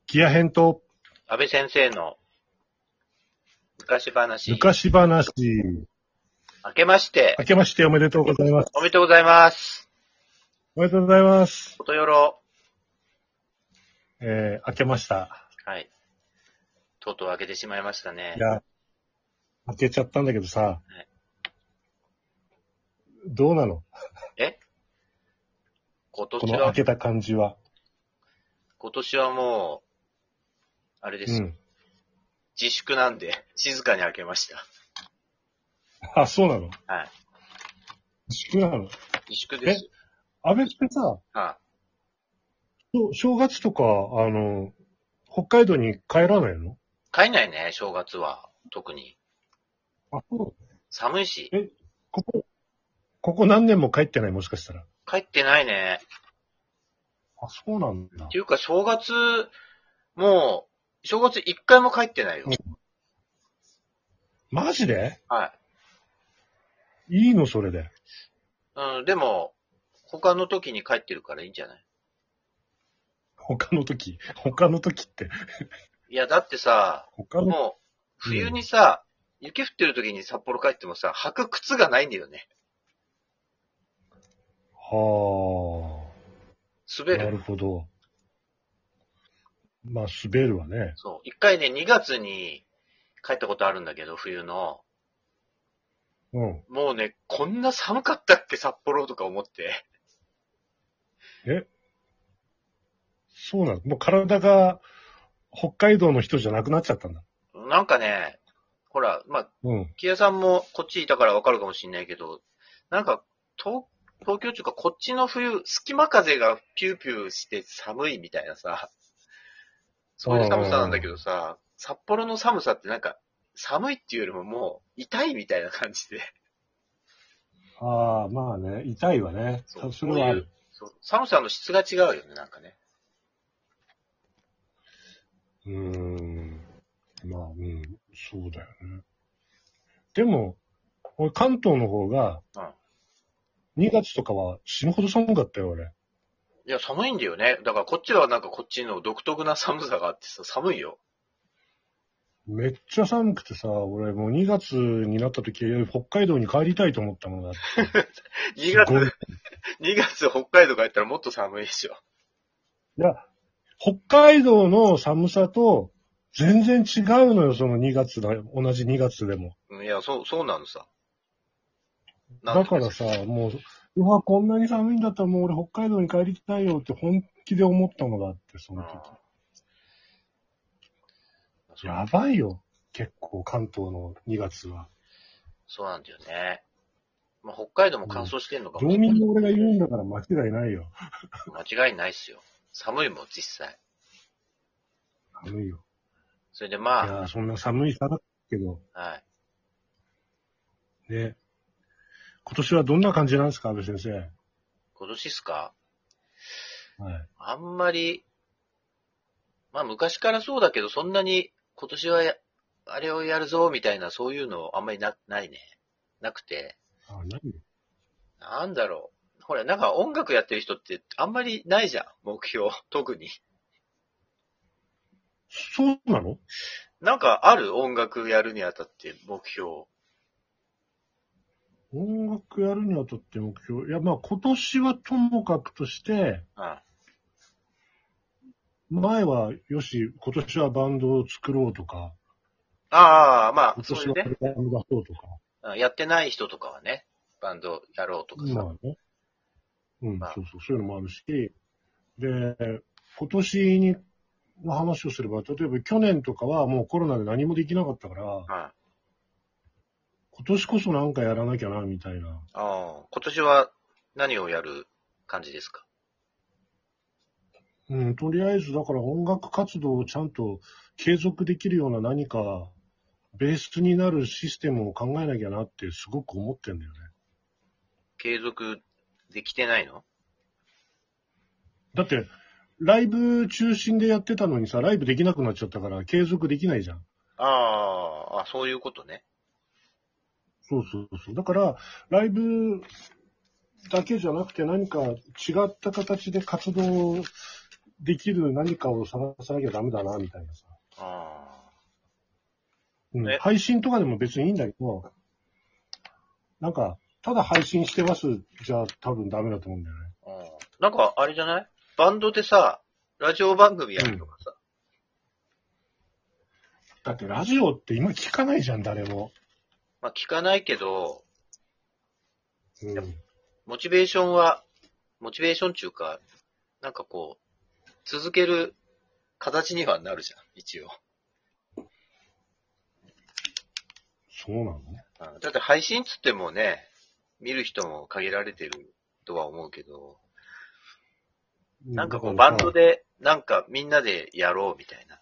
キア編と安倍先生の昔話。 昔話。 明けまして。 明けましておめでとうございます。 おめでとうございます。 おめでとうございます。 ことよろ。 明けました。 はい。とうとう明けてしまいましたね。 いや、明けちゃったんだけどさ。 はい、 どうなの？ 今年は。 この明けた感じは。 今年はもう、あれですよ。自粛なんで、静かに明けました。 あ、そうなの？ はい。 自粛なの？ 自粛ですよ。 安倍ってさ、正月とか、北海道に帰らないの？ 帰んないね、正月は。特に。 あ、そう。 寒いし。 ここ何年も帰ってない？もしかしたら。 帰ってないね。 あ、そうなんだ。 っていうか、正月一回も帰ってないよ。 マジで？ はい。 いいのそれで。 うん、でも、他の時に帰ってるからいいんじゃない？ 他の時って。 いや、だってさ、もう、冬にさ、雪降ってる時に札幌帰ってもさ、履く靴がないんだよね。 はあ。 滑る。 なるほど。まあ、滑るわね。 そう。一回ね、2月に帰ったことあるんだけど、冬の。 うん。 もうね、こんな寒かったっけ、札幌とか思って。 そうなの？もう体が北海道の人じゃなくなっちゃったんだ。 なんかね、ほら、まあ、木屋さんもこっちいたからわかるかもしんないけど、なんか、東京っていうかこっちの冬、隙間風がピューピューして寒いみたいなさ、そういう寒さなんだけどさ、札幌の寒さってなんか、寒いっていうよりももう、痛いみたいな感じで。 ああ、まあね、痛いわね。それはある。 寒さの質が違うよね、なんかね。 まあ、そうだよね。でも、俺関東の方が、2月とかは死ぬほど寒かったよ、俺。 いや、寒いんだよね。だからこっちはなんかこっちの独特な寒さがあってさ、寒いよ。めっちゃ寒くてさ、俺もう2月になった時、北海道に帰りたいと思ったのだって。 2月北海道帰ったらもっと寒いでしょ。 いや、北海道の寒さと全然違うのよ、その2月だ、同じ2月でも。 いや、そうなのさ。 だからさ、もう、こんなに寒いんだったらもう俺北海道に帰りたいよって本気で思ったのだって、その時。やばいよ。結構関東の2月は。 そうなんだよね。まあ、北海道も乾燥してんのかもしれない。道民の俺が言うんだから間違いないよ。 間違いないっすよ。寒いもん、実際。 寒いよ。 それでまあ。 いや、そんな寒いさだけど。 はい。 ね。今年はどんな感じなんですか、安部先生。 今年っすか？ はい。 あんまり、まあ昔からそうだけど、そんなに今年はあれをやるぞ、みたいな、そういうのあんまりないね。なくて。なんだろう。ほら、なんか音楽やってる人ってあんまりないじゃん、目標。特に。 そうなの？ なんかある？音楽やるにあたって目標。 音楽やるにあたって目標。いや、まあ今年はともかくとして、前は、よし、今年はバンドを作ろうとか。 ああ、まあ、 今年はバンド出そうとか。 やってない人とかはね、バンドやろうとかさ。 まあね。そういうのもあるし。で、今年の話をすれば、例えば去年とかはもうコロナで何もできなかったから、今年こそなんかやらなきゃな、みたいな。 今年は何をやる感じですか？ とりあえず、だから音楽活動をちゃんと継続できるような何か、ベースになるシステムを考えなきゃなってすごく思ってんだよね。 継続できてないの？ だって、ライブ中心でやってたのにさ、ライブできなくなっちゃったから継続できないじゃん。 そういうことね。 そう。だから、ライブだけじゃなくて何か違った形で活動できる何かを探さなきゃダメだな、みたいなさ。配信とかでも別にいいんだけど、なんか、ただ配信してますじゃ多分ダメだと思うんだよね。 なんか、あれじゃない？バンドでさ、ラジオ番組やるとかさ。 だってラジオって今聞かないじゃん、誰も。 まあ聞かないけど、モチベーションっていうか、なんかこう、続ける形にはなるじゃん、一応。 そうなのね。 だって配信つってもね、見る人も限られてるとは思うけど、なんかこうバンドで、なんかみんなでやろうみたいな。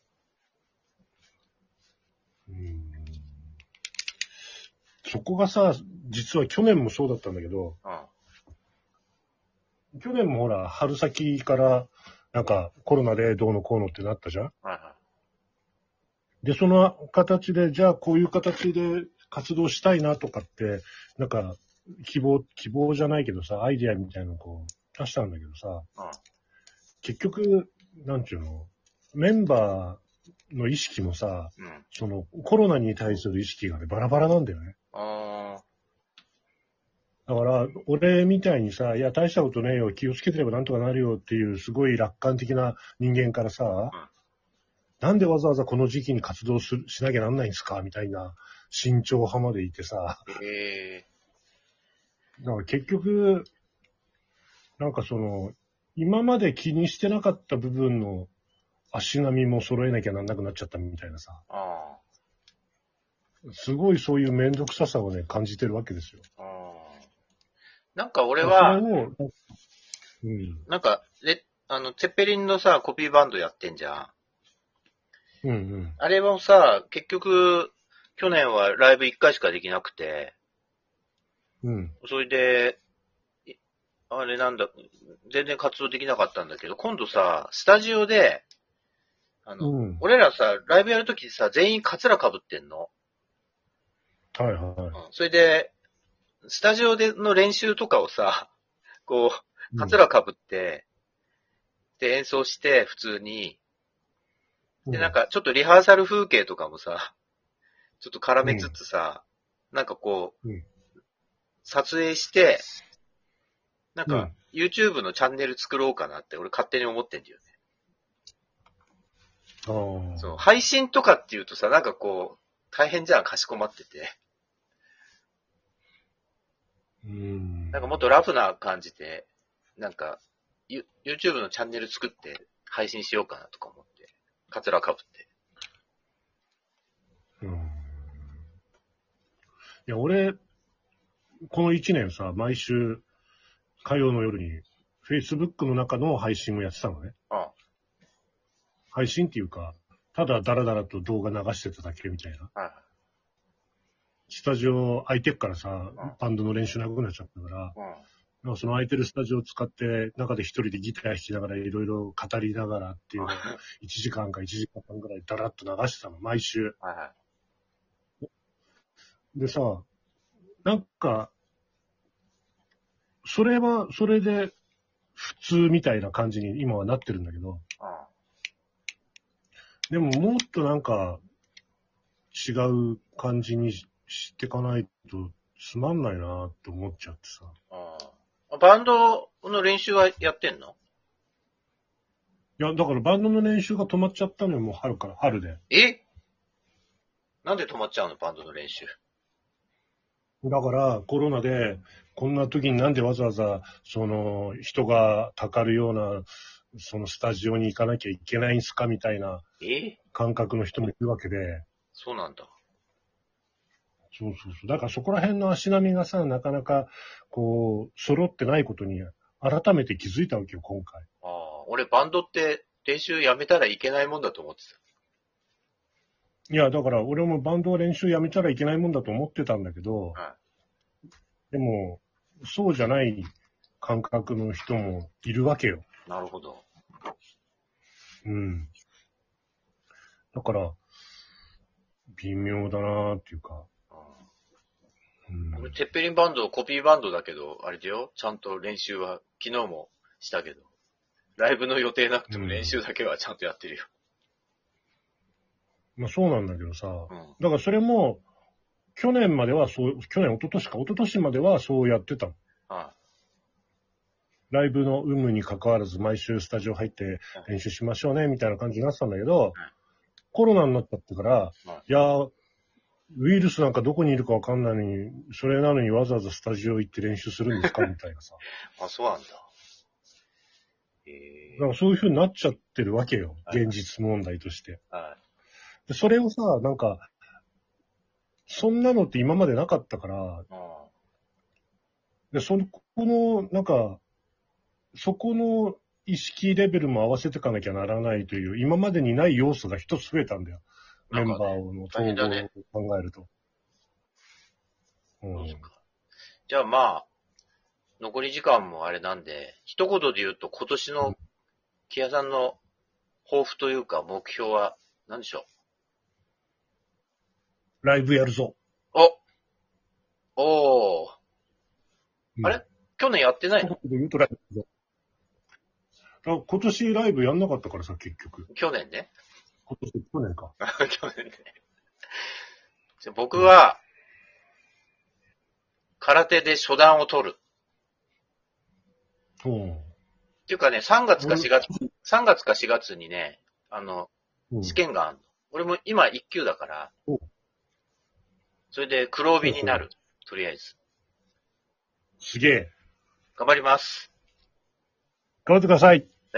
そこがさ、実は去年もそうだったんだけど、去年もほら、春先から、なんかコロナでどうのこうのってなったじゃん？で、その形で、じゃあこういう形で活動したいなとかって、なんか、希望じゃないけどさ、アイディアみたいなのをこう出したんだけどさ、結局、なんていうの、メンバーの意識もさ、そのコロナに対する意識がね、バラバラなんだよね。だから、俺みたいにさ、いや、大したことねえよ、気をつけてればなんとかなるよっていう、すごい楽観的な人間からさ、なんでわざわざこの時期に活動しなきゃなんないんですかみたいな慎重派までいてさ。だから結局、なんかその、今まで気にしてなかった部分の足並みも揃えなきゃなんなくなっちゃったみたいなさ。すごいそういうめんどくささをね、感じてるわけですよ。 なんか俺は、なんか、ツェッペリンのさ、コピーバンドやってんじゃん。あれもさ、結局、去年はライブ1回しかできなくて、それで、あれなんだ、全然活動できなかったんだけど、今度さ、スタジオで、俺らさ、ライブやるときさ、全員カツラ被ってんの。それで、スタジオでの練習とかをさ、こう、カツラ被って、で、演奏して、普通に、で、なんか、ちょっとリハーサル風景とかもさ、ちょっと絡めつつさ、なんかこう、撮影して、なんか、YouTube のチャンネル作ろうかなって俺勝手に思ってんだよね。そう、配信とかっていうとさ、なんかこう、大変じゃん、かしこまってて。なんかもっとラフな感じで、なんか、YouTube のチャンネル作って配信しようかなとか思って、カツラ被って。 いや、俺、この1年さ、毎週、火曜の夜に、Facebook の中の配信をやってたのね。配信っていうか、ただダラダラと動画流してただけみたいな。スタジオ空いてっからさ、バンドの練習長くなっちゃったから、その空いてるスタジオを使って、中で一人でギター弾きながらいろいろ語りながらっていうのを、1時間か1時間半ぐらいダラッと流してたの、毎週。でさ、なんか、それは、それで、普通みたいな感じに今はなってるんだけど、でももっとなんか、違う感じにしていかないとつまんないなって思っちゃってさ。 バンドの練習はやってんの？ いや、だからバンドの練習が止まっちゃったのよ、もう春で。 なんで止まっちゃうの、バンドの練習。 だからコロナで、こんな時になんでわざわざ、その、人がたかるような、そのスタジオに行かなきゃいけないんすかみたいな感覚の人もいるわけで。 そうなんだ。 そう。だからそこら辺の足並みがさ、なかなか、こう、揃ってないことに、改めて気づいたわけよ、今回。 俺バンドって練習やめたらいけないもんだと思ってた。いや、だから俺もバンドは練習やめたらいけないもんだと思ってたんだけど、でも、そうじゃない感覚の人もいるわけよ。 なるほど。 だから、微妙だなーっていうか。 俺、テッペリンバンド、コピーバンドだけど、あれだよ。ちゃんと練習は、昨日もしたけど。 ライブの予定なくても練習だけはちゃんとやってるよ。 まあそうなんだけどさ、だからそれも、去年まではそう、一昨年まではそうやってたの。ライブの有無に関わらず毎週スタジオ入って練習しましょうね、みたいな感じになってたんだけど、コロナになっちゃってから、いやー、ウイルスなんかどこにいるかわかんないのに、それなのにわざわざスタジオ行って練習するんですかみたいなさ。 あ、そうなんだ。 だからそういう風になっちゃってるわけよ。現実問題として。でそれをさ、なんか、そんなのって今までなかったから、で、そこの意識レベルも合わせていかなきゃならないという、今までにない要素が一つ増えたんだよ。メンバーの統合を考えると。 じゃあまあ、残り時間もあれなんで、一言で言うと今年の木屋さんの抱負というか目標は何でしょう？ライブやるぞ。 おー。あれ去年やってないの？ 一言で言うとライブぞ。今年ライブやんなかったからさ、結局。 去年ね。 去年か。 去年ね。僕は、空手で初段を取る。っていうかね、3月か4月にね、試験があるの。俺も今1級だから、それで黒帯になる。とりあえず。 すげえ。 頑張ります。 頑張ってください。 はい。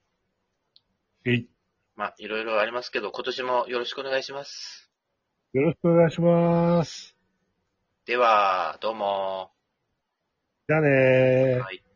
まあ、いろいろありますけど、今年もよろしくお願いします。 よろしくお願いします。 では、どうも。 じゃあねー。 はい。